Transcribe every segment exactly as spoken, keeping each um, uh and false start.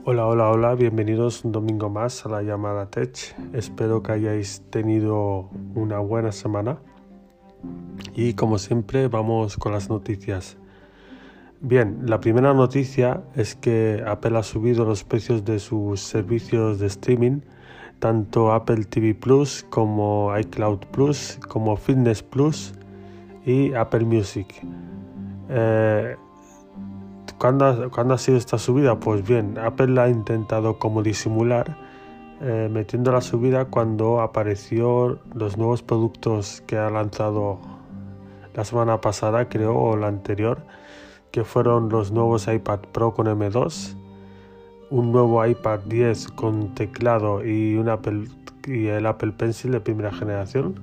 Hola, hola, hola, bienvenidos un domingo más a la llamada Tech. Espero que hayáis tenido una buena semana y como siempre vamos con las noticias. Bien, la primera noticia es que Apple ha subido los precios de sus servicios de streaming, tanto Apple T V Plus como iCloud Plus, como Fitness Plus y Apple Music. Eh, ¿Cuándo ha, ¿Cuándo ha sido esta subida? Pues bien, Apple ha intentado como disimular eh, metiendo la subida cuando apareció los nuevos productos que ha lanzado la semana pasada, creo, o la anterior, que fueron los nuevos iPad Pro con M dos, un nuevo iPad diez con teclado y, un Apple, y el Apple Pencil de primera generación.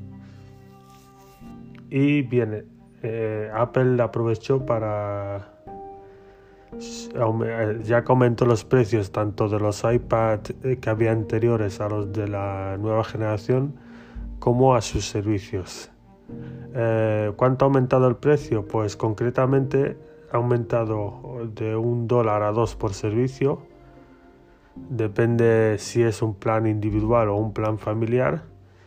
Y bien, eh, Apple aprovechó para... ya que aumentó los precios tanto de los iPad que había anteriores a los de la nueva generación como a sus servicios. Eh, ¿Cuánto ha aumentado el precio? Pues concretamente ha aumentado de un dólar a dos por servicio. Depende si es un plan individual o un plan familiar.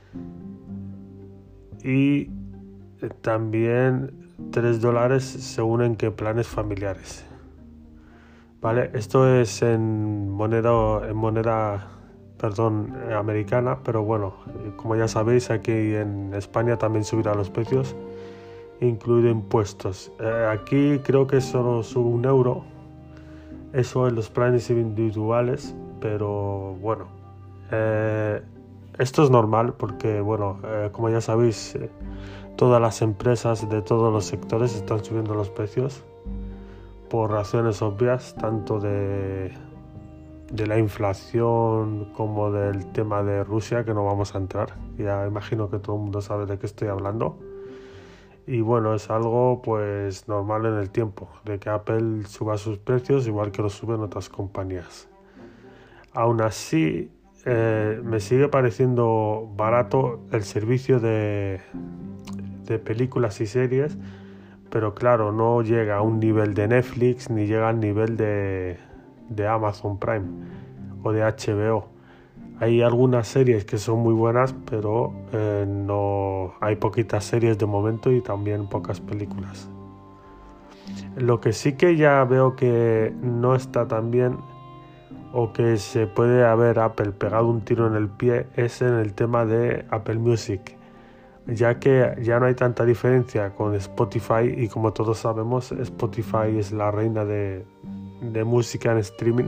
Y también tres dólares según en qué planes familiares. Vale, esto es en moneda, en moneda, perdón, americana, pero bueno, como ya sabéis, aquí en España también subirán los precios, incluido impuestos. Eh, aquí creo que solo sube un euro, eso en los planes individuales, pero bueno, eh, esto es normal porque, bueno, eh, como ya sabéis, eh, todas las empresas de todos los sectores están subiendo los precios por razones obvias, tanto de, de la inflación como del tema de Rusia, que no vamos a entrar. Ya imagino que todo el mundo sabe de qué estoy hablando. Y bueno, es algo pues normal en el tiempo, de que Apple suba sus precios igual que los suben otras compañías. Aún así, eh, me sigue pareciendo barato el servicio de, de películas y series, pero claro, no llega a un nivel de Netflix ni llega al nivel de, de Amazon Prime o de H B O. Hay algunas series que son muy buenas, pero eh, no hay poquitas series de momento y también pocas películas. Lo que sí que ya veo que no está tan bien, o que se puede haber Apple pegado un tiro en el pie, es en el tema de Apple Music, ya que ya no hay tanta diferencia con Spotify y como todos sabemos Spotify es la reina de, de música en streaming.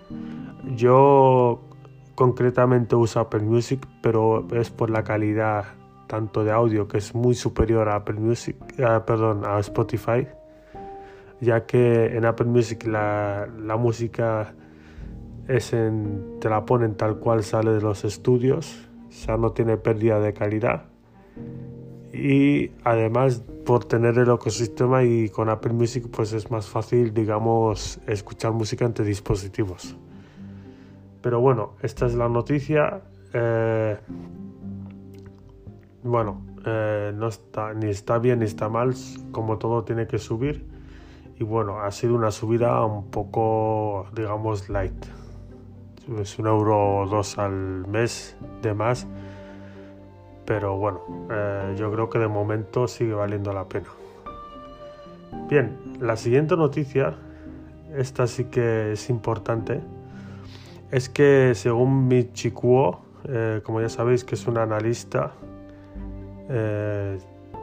Yo concretamente uso Apple Music, pero es por la calidad tanto de audio, que es muy superior a Apple Music, eh, perdón, a Spotify, ya que en Apple Music la, la música es en, te la ponen tal cual sale de los estudios, o sea, no tiene pérdida de calidad. Y además por tener el ecosistema y con Apple Music pues es más fácil, digamos, escuchar música entre dispositivos. Pero bueno, esta es la noticia. Eh, bueno, eh, no está, ni está bien ni está mal, como todo tiene que subir. Y bueno, ha sido una subida un poco, digamos, light. Es un euro o dos al mes de más. Pero bueno, eh, yo creo que de momento sigue valiendo la pena. Bien, la siguiente noticia, esta sí que es importante, es que según Michi Kuo, eh, como ya sabéis que es un analista, eh,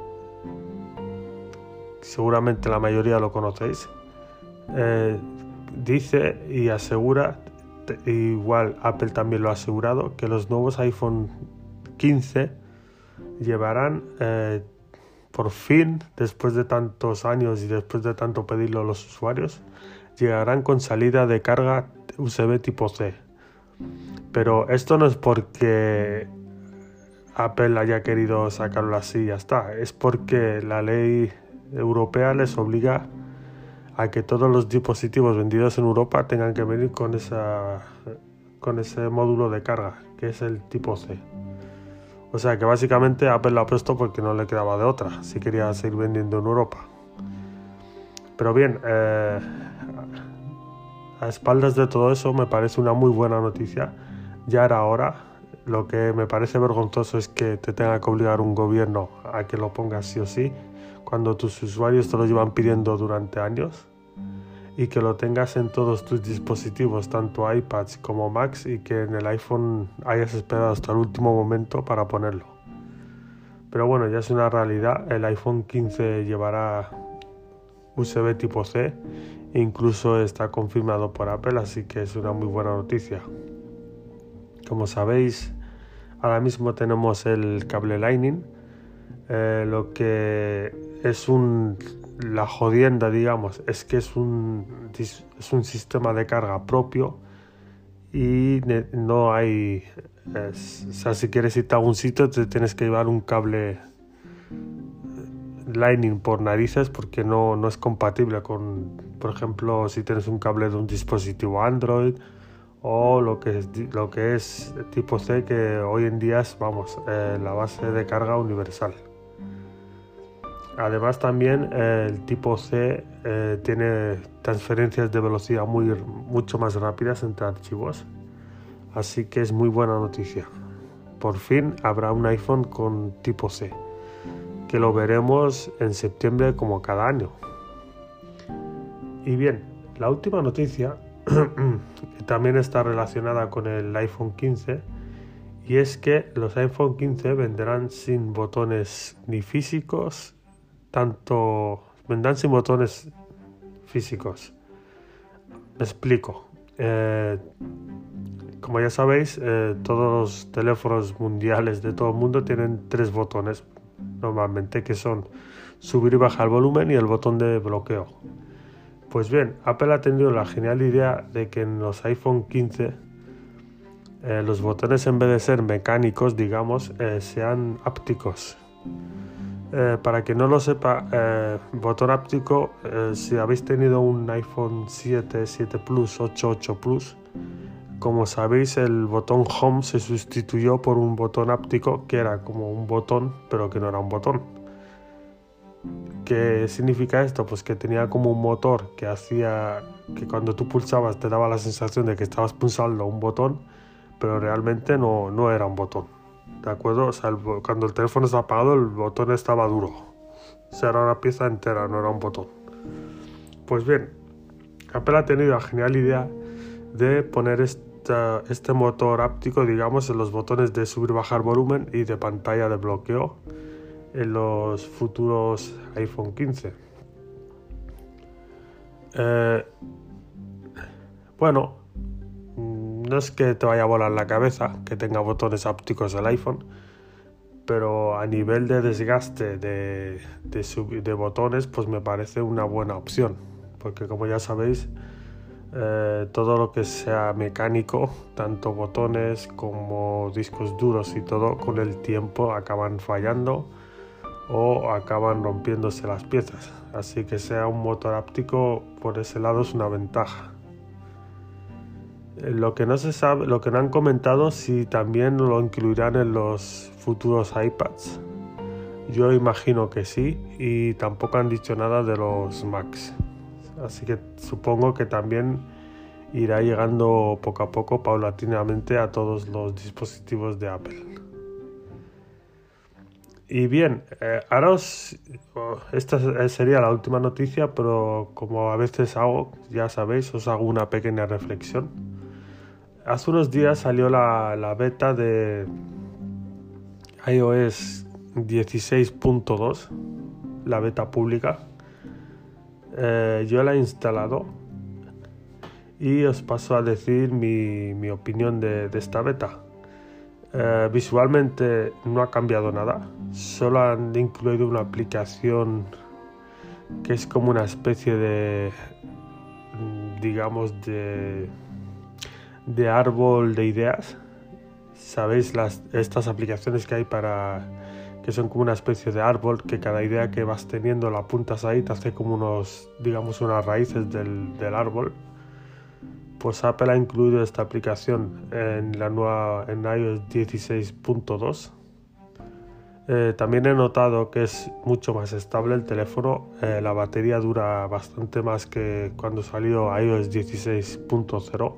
seguramente la mayoría lo conocéis, eh, dice y asegura, igual Apple también lo ha asegurado, que los nuevos iPhone quince llevarán eh, por fin, después de tantos años y después de tanto pedirlo a los usuarios, llegarán con salida de carga U S B tipo C. Pero esto no es porque Apple haya querido sacarlo así y ya está, es porque la ley europea les obliga a que todos los dispositivos vendidos en Europa tengan que venir con esa con ese módulo de carga, que es el tipo C. O sea que básicamente Apple lo ha puesto porque no le quedaba de otra, si quería seguir vendiendo en Europa. Pero bien, eh, a espaldas de todo eso me parece una muy buena noticia. Ya era hora. Lo que me parece vergonzoso es que te tenga que obligar un gobierno a que lo pongas sí o sí, cuando tus usuarios te lo llevan pidiendo durante años, y que lo tengas en todos tus dispositivos, tanto iPads como Macs, y que en el iPhone hayas esperado hasta el último momento para ponerlo. Pero bueno, ya es una realidad. El iPhone quince llevará U S B tipo C e incluso está confirmado por Apple, así que es una muy buena noticia. Como sabéis, ahora mismo tenemos el cable Lightning, eh, lo que es un la jodienda, digamos, es que es un es un sistema de carga propio y no hay, es, o sea, si quieres irte a algún sitio te tienes que llevar un cable Lightning por narices, porque no, no es compatible con, por ejemplo, si tienes un cable de un dispositivo Android o lo que es, lo que es tipo C, que hoy en día es, vamos, eh, la base de carga universal. Además también eh, el tipo C eh, tiene transferencias de velocidad muy, mucho más rápidas entre archivos, así que es muy buena noticia. Por fin habrá un iPhone con tipo C, que lo veremos en septiembre como cada año. Y bien, la última noticia que también está relacionada con el iPhone quince, y es que los iPhone quince vendrán sin botones ni físicos, tanto vendrán sin botones físicos. Me explico. Eh, como ya sabéis, eh, todos los teléfonos mundiales de todo el mundo tienen tres botones normalmente, que son subir y bajar el volumen y el botón de bloqueo. Pues bien, Apple ha tenido la genial idea de que en los iPhone quince eh, los botones, en vez de ser mecánicos, digamos, eh, sean ápticos. Eh, para que no lo sepa, eh, botón áptico, eh, si habéis tenido un iPhone siete, siete Plus, ocho, ocho Plus, como sabéis, el botón Home se sustituyó por un botón áptico que era como un botón, pero que no era un botón. ¿Qué significa esto? Pues que tenía como un motor que hacía que cuando tú pulsabas te daba la sensación de que estabas pulsando un botón, pero realmente no, no era un botón. ¿De acuerdo? O sea, el, cuando el teléfono estaba apagado, el botón estaba duro. O sea, era una pieza entera, no era un botón. Pues bien, Apple ha tenido la genial idea de poner esta, este motor áptico, digamos, en los botones de subir y bajar volumen y de pantalla de bloqueo en los futuros iPhone quince. Eh, bueno, no es que te vaya a volar la cabeza que tenga botones ápticos el iPhone, pero a nivel de desgaste de, de, sub, de botones, pues me parece una buena opción, porque como ya sabéis, eh, todo lo que sea mecánico, tanto botones como discos duros y todo, con el tiempo acaban fallando o acaban rompiéndose las piezas, así que sea un motor áptico por ese lado es una ventaja. Lo que no se sabe, lo que no han comentado, si también lo incluirán en los futuros iPads. Yo imagino que sí, y tampoco han dicho nada de los Macs, así que supongo que también irá llegando poco a poco, paulatinamente, a todos los dispositivos de Apple. Y bien, eh, ahora os, esta sería la última noticia, pero como a veces hago, ya sabéis, os hago una pequeña reflexión. Hace unos días salió la, la beta de iOS dieciséis punto dos, la beta pública. Eh, yo la he instalado y os paso a decir mi, mi opinión de, de esta beta. Eh, visualmente no ha cambiado nada, solo han incluido una aplicación que es como una especie de, digamos, de, de árbol de ideas. ¿Sabéis las, estas aplicaciones que hay para que son como una especie de árbol, que cada idea que vas teniendo la apuntas ahí, te hace como unos, digamos, unas raíces del, del árbol? Pues Apple ha incluido esta aplicación en la nueva en iOS dieciséis punto dos. Eh, también he notado que es mucho más estable el teléfono. Eh, la batería dura bastante más que cuando salió iOS dieciséis punto cero.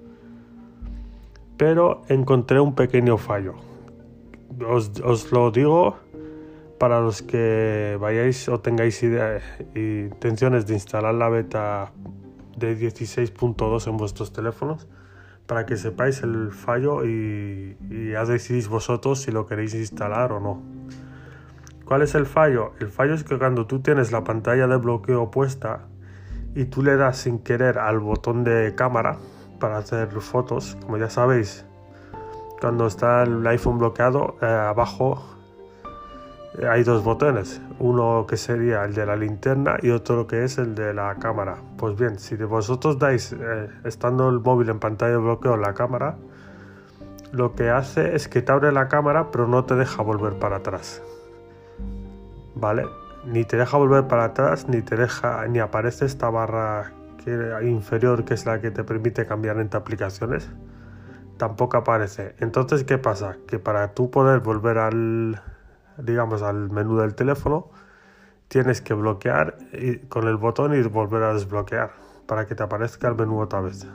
Pero encontré un pequeño fallo. Os, os lo digo para los que vayáis o tengáis idea, intenciones de instalar la beta de dieciséis punto dos en vuestros teléfonos, para que sepáis el fallo y, y ya decidís vosotros si lo queréis instalar o no. ¿Cuál es el fallo? El fallo es que cuando tú tienes la pantalla de bloqueo puesta y tú le das sin querer al botón de cámara para hacer fotos, como ya sabéis, cuando está el iPhone bloqueado, eh, abajo eh, hay dos botones, uno que sería el de la linterna y otro que es el de la cámara. Pues bien, si de vosotros dais, eh, estando el móvil en pantalla de bloqueo, la cámara, lo que hace es que te abre la cámara pero no te deja volver para atrás. ¿Vale? Ni te deja volver para atrás, ni te deja, ni aparece esta barra que, inferior, que es la que te permite cambiar entre aplicaciones. Tampoco aparece. Entonces, ¿qué pasa? Que para tú poder volver al, digamos, al menú del teléfono, tienes que bloquear y, con el botón, y volver a desbloquear para que te aparezca el menú otra vez.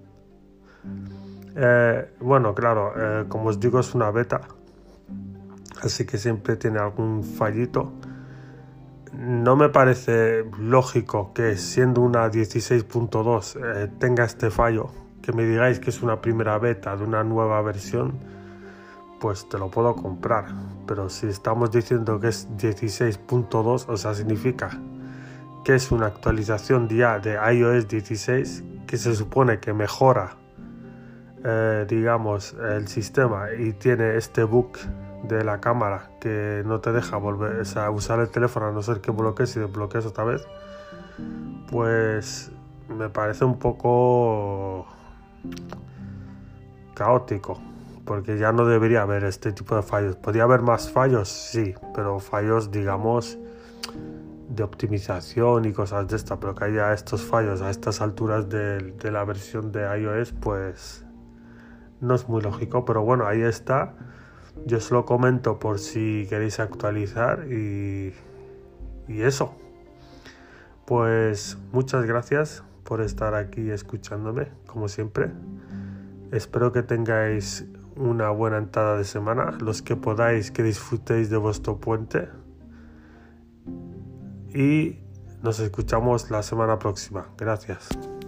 Eh, bueno, claro, eh, como os digo, es una beta, así que siempre tiene algún fallito. No me parece lógico que siendo una dieciséis punto dos eh, tenga este fallo. Que me digáis que es una primera beta de una nueva versión, pues te lo puedo comprar. Pero si estamos diciendo que es dieciséis punto dos, o sea, significa que es una actualización ya de iOS dieciséis, que se supone que mejora, eh, digamos, el sistema, y tiene este bug de la cámara que no te deja volver, o sea, usar el teléfono a no ser que bloquees y desbloquees otra vez. Pues me parece un poco caótico, porque ya no debería haber este tipo de fallos. ¿Podría haber más fallos? Sí, pero fallos, digamos, de optimización y cosas de esta, pero que haya estos fallos a estas alturas de, de la versión de iOS, pues no es muy lógico. Pero bueno, ahí está. Yo os lo comento por si queréis actualizar y, y eso. Pues muchas gracias por estar aquí escuchándome, como siempre. Espero que tengáis una buena entrada de semana, los que podáis, que disfrutéis de vuestro puente, y nos escuchamos la semana próxima. Gracias.